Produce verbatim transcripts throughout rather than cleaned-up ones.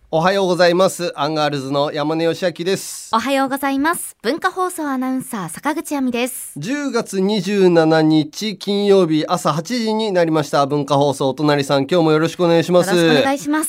おはようございます。アンガールズの山根義明です。 おはようございます。文化放送アナウンサー坂口亜美です。 じゅうがつにじゅうしちにち金曜日朝はちじになりました。文化放送お隣さん、今日もよろしくお願いします。 よろしくお願いします。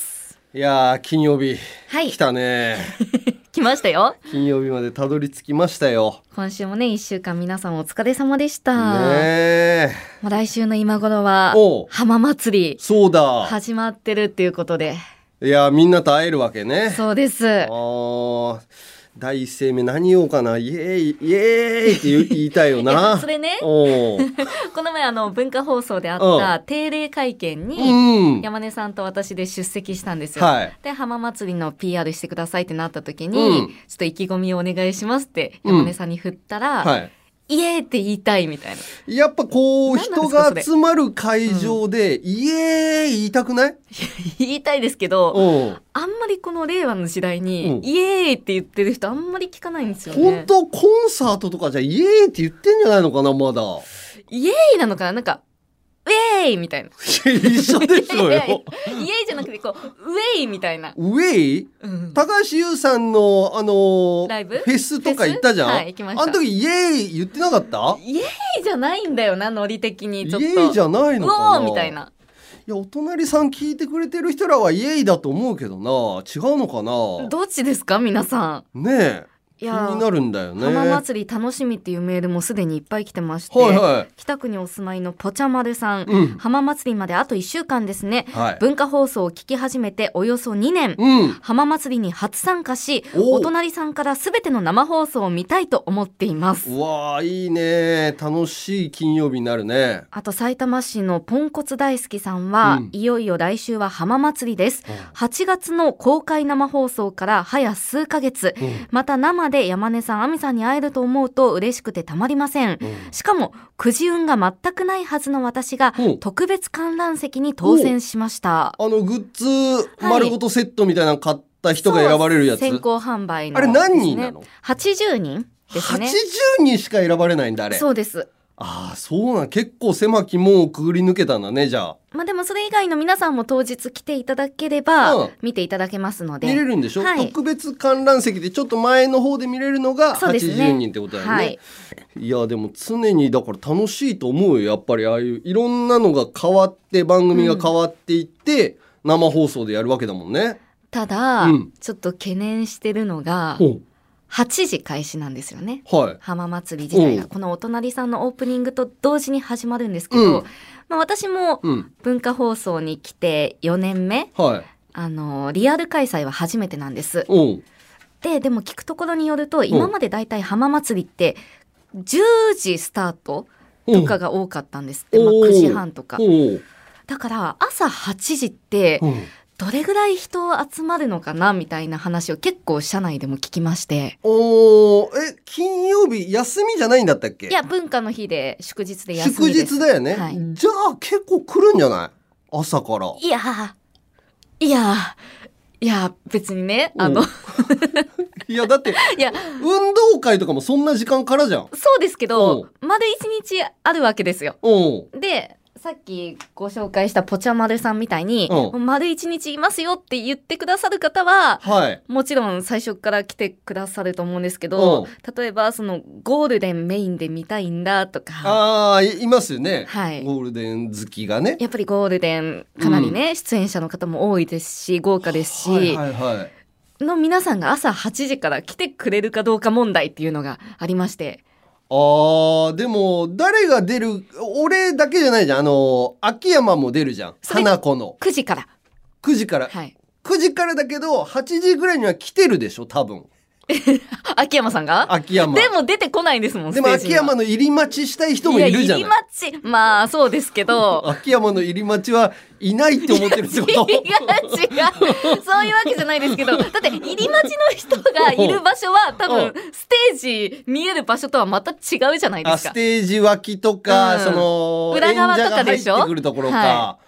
いやー、金曜日、 はい、 来たね来ましたよ。 金曜日までたどり着きましたよ。 今週もね、いっしゅうかん皆さんお疲れ様でした。 ねまあ、来週の今頃は浜祭りそうだ始まってるっていうことで、 いやみんなと会えるわけね。 そうです。あ第一声目何言おうかな、イエーイイエーイって言 い, 言いたいよな。 それねこの前あの文化放送であった定例会見に山根さんと私で出席したんですよ、はい、で浜祭りの ピーアール してくださいってなった時に、うん、ちょっと意気込みをお願いしますって山根さんに振ったら、うんはい、イエーって言いたいみたいな。 やっぱこう人が集まる会場で、うん、イエーイ言いたくない？ 言いたいですけど、あんまりこの令和の時代に、うん、イエーイって言ってる人あんまり聞かないんですよね。 本当コンサートとかじゃイエーイって言ってんじゃないのかな。まだイエーイなのかな。なんかウェイみたいな。 一緒でしょうよ。イエーイじゃなくてこうウェイみたいな。 ウェイ、うん、高橋優さんのあのー、ライブフェスとか行ったじゃん。 はい、行きました。 あの時イエーイ言ってなかった？ イエーイじゃないんだよな、ノリ的にちょっと。 イエーイじゃないのかな。 うおーみたいな。 いやお隣さん聞いてくれてる人らはイエーイだと思うけどな。違うのかな。 どっちですか皆さん。 ねえ、気になるんだよね。 浜祭り楽しみっていうメールもすでにいっぱい来てまして、 はいはい、 北区にお住まいのぽちゃまるさん、 うん、 浜祭りまであといっしゅうかんですね、 はい、 文化放送を聞き始めておよそにねん、 うん、 浜祭りに初参加し、お隣さんからすべての生放送を見たいと思っています。 うわーいいね、楽しい金曜日になるね。 あと埼玉市のポンコツ大好きさんは、うん、いよいよ来週は浜祭りです、うん、はちがつの公開生放送から早数ヶ月、うん、また生で山根さん亜美さんに会えると思うと嬉しくてたまりません、うん、しかもくじ運が全くないはずの私が特別観覧席に当選しました。 あのグッズ丸ごとセットみたいなの買った人が選ばれるやつ、 先行販売の、 ね、あれ何人なの？ はちじゅうにんですね。 はちじゅうにんしか選ばれないんだあれ。 そうです。 ああそうなん、結構狭き門をくぐり抜けたんだね。じゃあまあでもそれ以外の皆さんも当日来ていただければ見ていただけますので、 見れるんでしょ、 はい、 特別観覧席でちょっと前の方で見れるのがはちじゅうにんってことだよね。はい、いやでも常にだから楽しいと思うよ。やっぱりああいういろんなのが変わって番組が変わっていって、うん、生放送でやるわけだもんね。 ただ、うん、ちょっと懸念してるのがはちじ開始なんですよね、 はい、 浜祭り自体がこのお隣さんのオープニングと同時に始まるんですけど、うんまあ、私も文化放送に来てよねんめ、はい、あのリアル開催は初めてなんです。で、でも聞くところによると今までだいたい浜祭りってじゅうじスタートとかが多かったんですって、まあ、くじはんとかだから朝はちじってどれぐらい人集まるのかなみたいな話を結構社内でも聞きまして。 おー、え金曜日休みじゃないんだったっけ？ いや文化の日で祝日で休みです。 祝日だよね、はい、じゃあ結構来るんじゃない？朝から。 いやいやいや別にねあのいやだっていや運動会とかもそんな時間からじゃん。 そうですけど丸一日あるわけですよ。でさっきご紹介したぽちゃまるさんみたいに、うん、丸一日いますよって言ってくださる方は、はい、もちろん最初から来てくださると思うんですけど、うん、例えばそのゴールデンメインで見たいんだとか。 ああ い, いますよね、はい、ゴールデン好きがね。 やっぱりゴールデンかなりね、うん、出演者の方も多いですし豪華ですし、はいはいはい、の皆さんが朝はちじから来てくれるかどうか問題っていうのがありまして。 あーでも誰が出る、俺だけじゃないじゃん。あの秋山も出るじゃん。花子のくじからくじから、はい、くじからだけどはちじぐらいには来てるでしょ多分秋山さんが。 秋山でも出てこないんですもん。 でも秋山の入り待ちしたい人もいるじゃない。 いや入り待ちまあそうですけど秋山の入り待ちはいないって思ってるってこと？ 違う違うそういうわけじゃないですけどだって入り待ちの人がいる場所は多分ステージ見える場所とはまた違うじゃないですか。 あステージ脇とか、うん、その裏側とかでしょ。 演者が入ってくるところか、はい、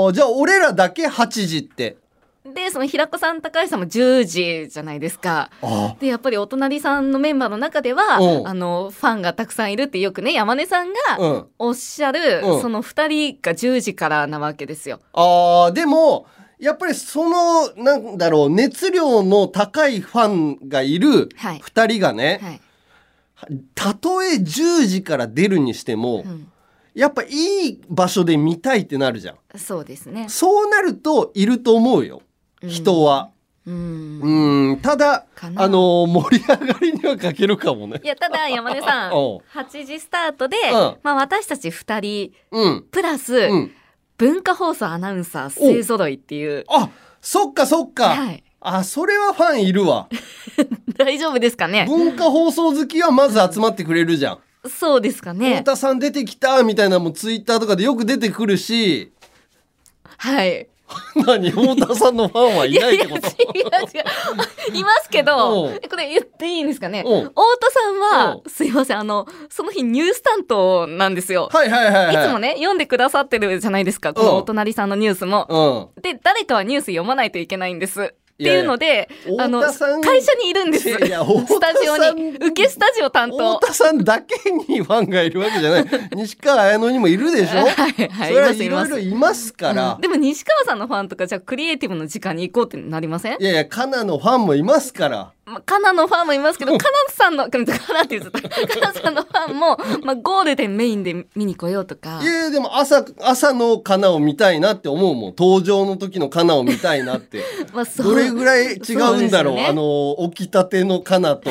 あじゃあ俺らだけはちじってでその平子さん高橋さんもじゅうじじゃないですか。でやっぱりお隣さんのメンバーの中ではあのファンがたくさんいるってよくね山根さんがおっしゃる、うん、そのふたりがじゅうじからなわけですよ。 あでもやっぱりそのなんだろう熱量の高いファンがいるふたりがね、はいはい、たとえじゅうじから出るにしても、うん、やっぱいい場所で見たいってなるじゃん。 そうですね。 そうなるといると思うよ、人は。うん、うんただあの盛り上がりには欠けるかもね。 いやただ山根さんはちじスタートで、うんまあ、私たちふたり、うん、プラス、うん、文化放送アナウンサー勢ぞろいっていう。 あそっかそっか、はい、あそれはファンいるわ大丈夫ですかね。 文化放送好きはまず集まってくれるじゃん、 うん、そうですかね。 太田さん出てきたみたいなのもツイッターとかでよく出てくるし。 はい何太田さんのファンはいないってこと？ いや違う違ういますけどこれ言っていいんですかね。太田さんはすいませんあのその日ニュース担当なんですよ。 はいはいはい、はい、 いつもね読んでくださってるじゃないですかこのお隣さんのニュースも。で誰かはニュース読まないといけないんですっていうのであの会社にいるんです。いやいやスタジオに受けスタジオ担当太田さんだけにファンがいるわけじゃない西川綾乃にもいるでしょはい、はい、それはいろいろいますから、 うん、でも西川さんのファンとかじゃあクリエイティブの時間に行こうってなりません？ いやいやカナのファンもいますから。 まあ、カナのファンもいますけどカナさんのカナって言っちゃったカナさんのファンも、まあ、ゴールデンメインで見に来ようとか。 いやでも 朝, 朝のカナを見たいなって思うもん。登場の時のカナを見たいなってまあどれぐらい違うんだろう、ね、あの起きたてのカナと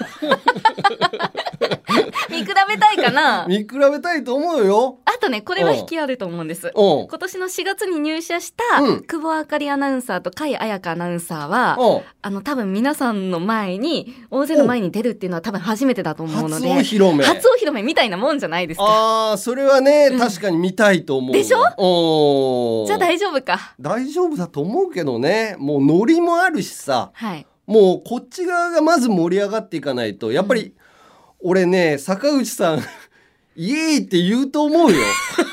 見比べたいかな見比べたいと思うよ。 あとねこれは引きあると思うんです。今年のしがつに入社した、うん、久保あかりアナウンサーと甲斐彩香アナウンサーはあの多分皆さんの前に大勢の前に出るっていうのは多分初めてだと思うので初お披露目初お披露目みたいなもんじゃないですか。 あーそれはね、うん、確かに見たいと思うでしょ。おじゃあ大丈夫か。 大丈夫だと思うけどね。もうノリもあるしさ、はい、もうこっち側がまず盛り上がっていかないとやっぱり、うん、俺ね坂口さんイエーイって言うと思うよ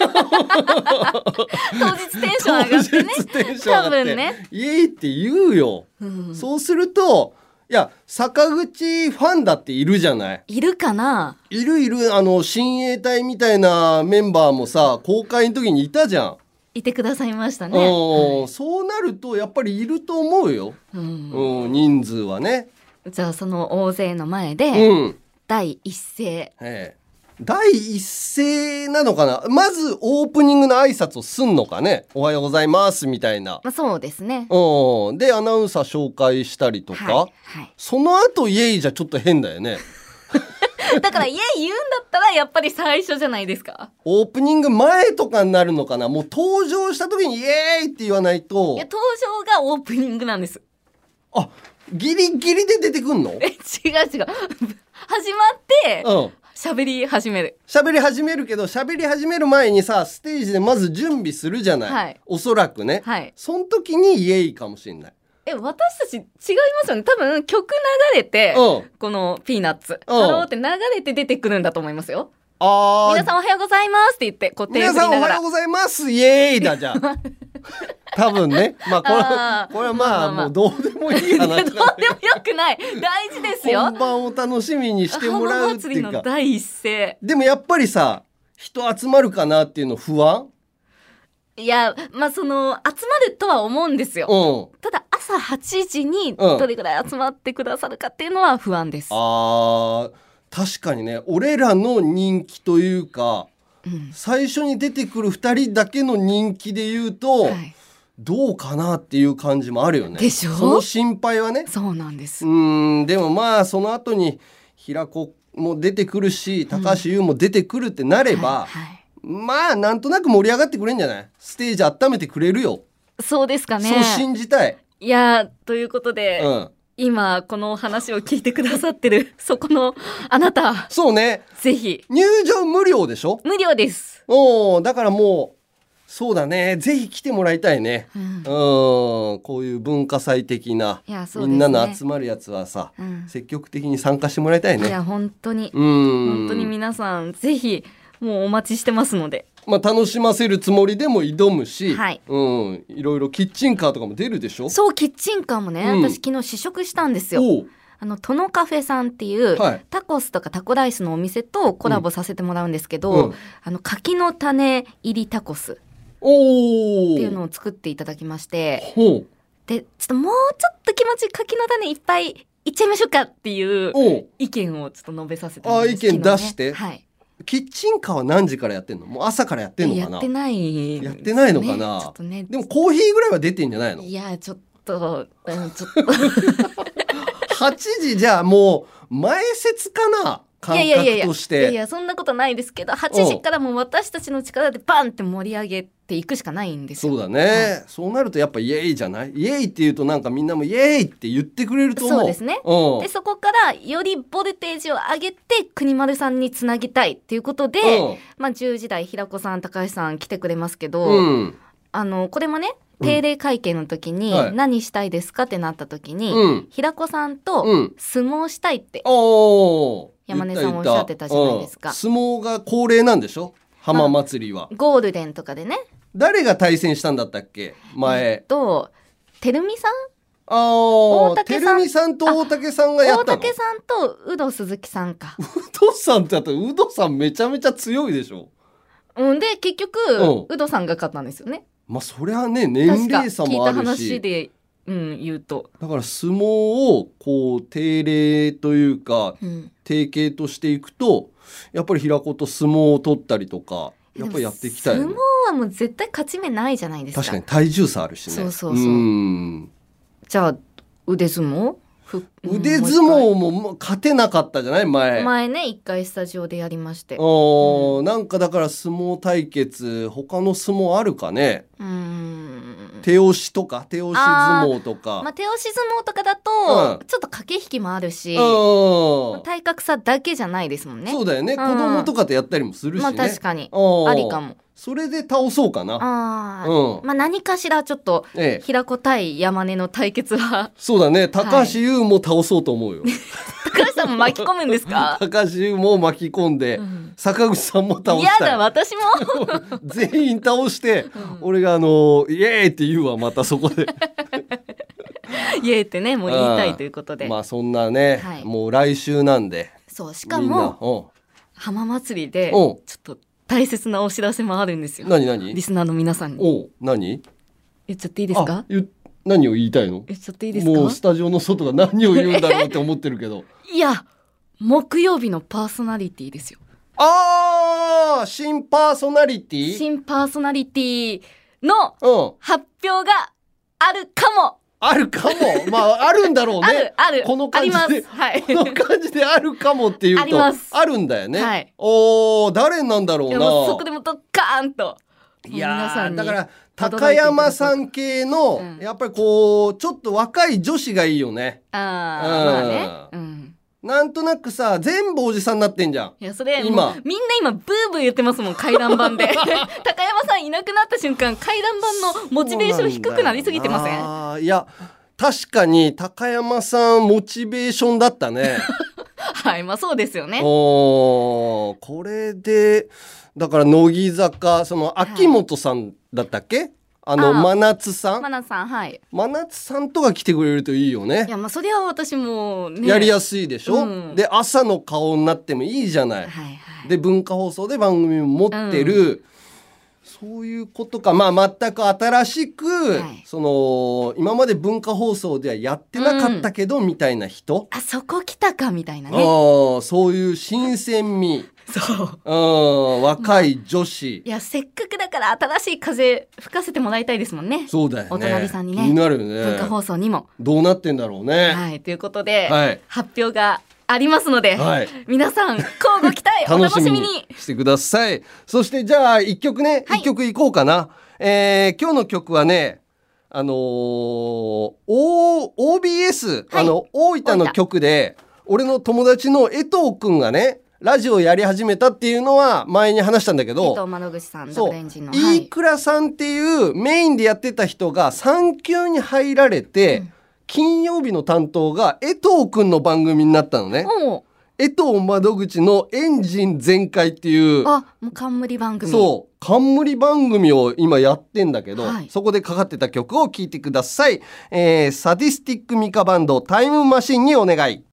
当日テンション上がってね多分ねイエーイって言うよ、うん、そうするといや坂口ファンだっているじゃない。 いるかな。 いるいる。あの親衛隊みたいなメンバーもさ公開の時にいたじゃん。 いてくださいましたね、 はい、そうなるとやっぱりいると思うよ、うんうん、人数はね。 じゃあその大勢の前で、うん、第一声、 ええ、第一声なのかな。まずオープニングの挨拶をすんのかね。おはようございますみたいな、 まあ、そうですね、 うん、でアナウンサー紹介したりとか、はいはい、その後イエイじゃちょっと変だよねだからイエイ言うんだったらやっぱり最初じゃないですか。 オープニング前とかになるのかな。もう登場した時にイエーイって言わないと。 いや登場がオープニングなんです。 あギリギリで出てくんの？ え違う違う始まって喋、うん、り始める喋り始めるけど喋り始める前にさステージでまず準備するじゃない、はい、おそらくね、はい、その時にイエーイかもしれない。 え私たち違いますよね。多分曲流れて、うん、このピーナッツ、うん、ハローって流れて出てくるんだと思いますよ。あ皆さんおはようございますって言ってこう手振りながら皆さんおはようございますイエーイだじゃん多分ね。まあこれはこれはまあもうどうでもいい話なんどうでもよくない大事ですよ。 本番を楽しみにしてもらうっていうか。 浜祭りの第一声。 でもやっぱりさ人集まるかなっていうの不安。 いやまあその集まるとは思うんですよ、うん、ただ朝はちじにどれぐらい集まってくださるかっていうのは不安です、うん、あ確かにね。俺らの人気というか、うん、最初に出てくるふたりだけの人気で言うと、はい、どうかなっていう感じもあるよね。 でしょ。 その心配はね。 そうなんです。 うんでもまあその後に平子も出てくるし高橋優も出てくるってなれば、うんはいはいまあなんとなく盛り上がってくれんじゃない。ステージ温めてくれるよ。 そうですかね。 そう信じたい。 いやということで、うん、今この話を聞いてくださってるそこのあなたそうねぜひ入場無料でしょ。 無料です。 おだからもうそうだねぜひ来てもらいたいね、うん、うんこういう文化祭的な、ね、みんなの集まるやつはさ、うん、積極的に参加してもらいたいね。 いや本当にうん本当に皆さんぜひもうお待ちしてますので、 まあ、楽しませるつもりでも挑むし、はいうん、いろいろキッチンカーとかも出るでしょ。 そうキッチンカーもね、うん、私昨日試食したんですよ。あのトノカフェさんっていう、はい、タコスとかタコライスのお店とコラボさせてもらうんですけど、うんうん、あの柿の種入りタコスおっていうのを作っていただきまして、ほうでちょっともうちょっと気持ち柿の種いっぱいいっちゃいましょうかっていう意見をちょっと述べさせてもらいます。 あ、意見出して、はい、キッチンカーは何時からやってんの？もう朝からやってんのかな？ やってない、ね、 やってないのかな、ちょっとね、でもコーヒーぐらいは出てんじゃないの？ いやちょっと、うん、ちょっとはちじじゃあもう前説かな、感覚として。 いやいやいやいやいや、そんなことないですけど、はちじからもう私たちの力でバンって盛り上げていくしかないんですよ。 そうだね、はい、そうなるとやっぱイエーイじゃない？イエーイって言うとなんかみんなもイエーイって言ってくれると思う。 そうですね、うん、でそこからよりボルテージを上げて国丸さんにつなぎたいっていうことで、うん、まあ、じゅうじ台平子さん高橋さん来てくれますけど、うん、あのこれもね定例会見の時に何したいですかってなった時に、うん、平子さんと相撲したいって、うん、山根さんおっしゃってたじゃないですか。 相撲が恒例なんでしょ、浜祭りは、 まあ、ゴールデンとかでね。 誰が対戦したんだったっけ前、 えっとてるみさん、 あ大竹さん、てるみさんと大竹さんがやったの。 大竹さんとウド鈴木さんか。 ウドさんってやったらウドさんめちゃめちゃ強いでしょ。 うん、で結局、うん、ウドさんが勝ったんですよね。 まあそれはね年齢差もあるし、聞いた話で、うん、言うとだから相撲をこう定例というか、うん、定型としていくとやっぱり平子と相撲を取ったりとかやっぱりやっていきたい、ね、 相撲はもう絶対勝ち目ないじゃないですか。 確かに体重差あるしね。 そうそうそう。うん、じゃあ腕相撲、 腕相撲も勝てなかったじゃない前前ね、一回スタジオでやりまして、 うん、なんかだから相撲対決他の相撲あるかね。うーん、手押しとか手押し相撲とか、 まあ、手押し相撲とかだと、うん、ちょっと駆け引きもあるし、うん、体格差だけじゃないですもんね。 そうだよね、うん、子供とかとやったりもするしね。 まあ確かにありかも。 それで倒そうかな。 あ、うん、まあ何かしらちょっと、ええ、平子対山根の対決はそうだね。高橋優も倒そうと思うよ、はい、 高橋さんも巻き込むんですか？ 高橋優も巻き込んで、うん、坂口さんも倒したい。 やだ私も全員倒して、うん、俺があのイエーイって言うわまたそこでイエーイってねもう言いたいということで、 まあそんなね、はい、もう来週なんで。 そうしかも浜祭りでちょっと大切なお知らせもあるんですよ。 何何？ リスナーの皆さんに。 お何？ 言っちゃっていいですか？ 何を言いたいの？ 言っちゃっていいですか？ もうスタジオの外が何を言うんだろうって思ってるけどいや木曜日のパーソナリティですよ。 あー、新パーソナリティ？ 新パーソナリティの発表があるかも。 あるかも。まああるんだろうね。 あるある。 この感じで、 はい、 この感じであるかもっていうとあります。 あるんだよね。 はい、 おー、誰なんだろうな。いやもうそこでもドッカーンと。 いや皆さんにだから高山さん系の、うん、やっぱりこうちょっと若い女子がいいよね。 ああ、うん、まあね。うん。 なんとなくさ全部おじさんになってんじゃん。 いやそれ今みんな今ブーブー言ってますもん回覧板で高山さんいなくなった瞬間回覧板のモチベーション低くなりすぎてません？ あいや確かに高山さんモチベーションだったねはいまあそうですよね。 おこれでだから乃木坂その秋元さんだったっけ、はい、あの真夏さん真夏さんはい真夏さんとか来てくれるといいよね。 いやまあそれは私も、ね、 やりやすいでしょ、うん、で朝の顔になってもいいじゃない、はいはい、で文化放送で番組も持ってる、うんそういうことか、まあ、全く新しく、はい、その今まで文化放送ではやってなかったけど、うん、みたいな人あそこ来たかみたいなねあそういう新鮮味そううん若い女子、 まあ、いやせっかくだから新しい風吹かせてもらいたいですもんね。 そうだよねお隣さんにね気になるよね文化放送にもどうなってんだろうね。 はいということで、はい、発表がありますので、はい、皆さん交互期待お楽しみにしてください。そしてじゃあいっきょくね、はい、いっきょくいこうかな、えー、今日の曲はねあのー、オービーエス、はい、あの大分の曲で俺の友達の江藤くんがねラジオやり始めたっていうのは前に話したんだけど、 江藤窓口さんダブルエンジンの飯倉さんっていうメインでやってた人が産休に入られて、うん金曜日の担当が江藤くんの番組になったのね。江藤窓口のエンジン全開っていうあもう冠番組そう冠番組を今やってんだけど、はい、そこでかかってた曲を聴いてください、えー、サディスティックミカバンドタイムマシンにお願い。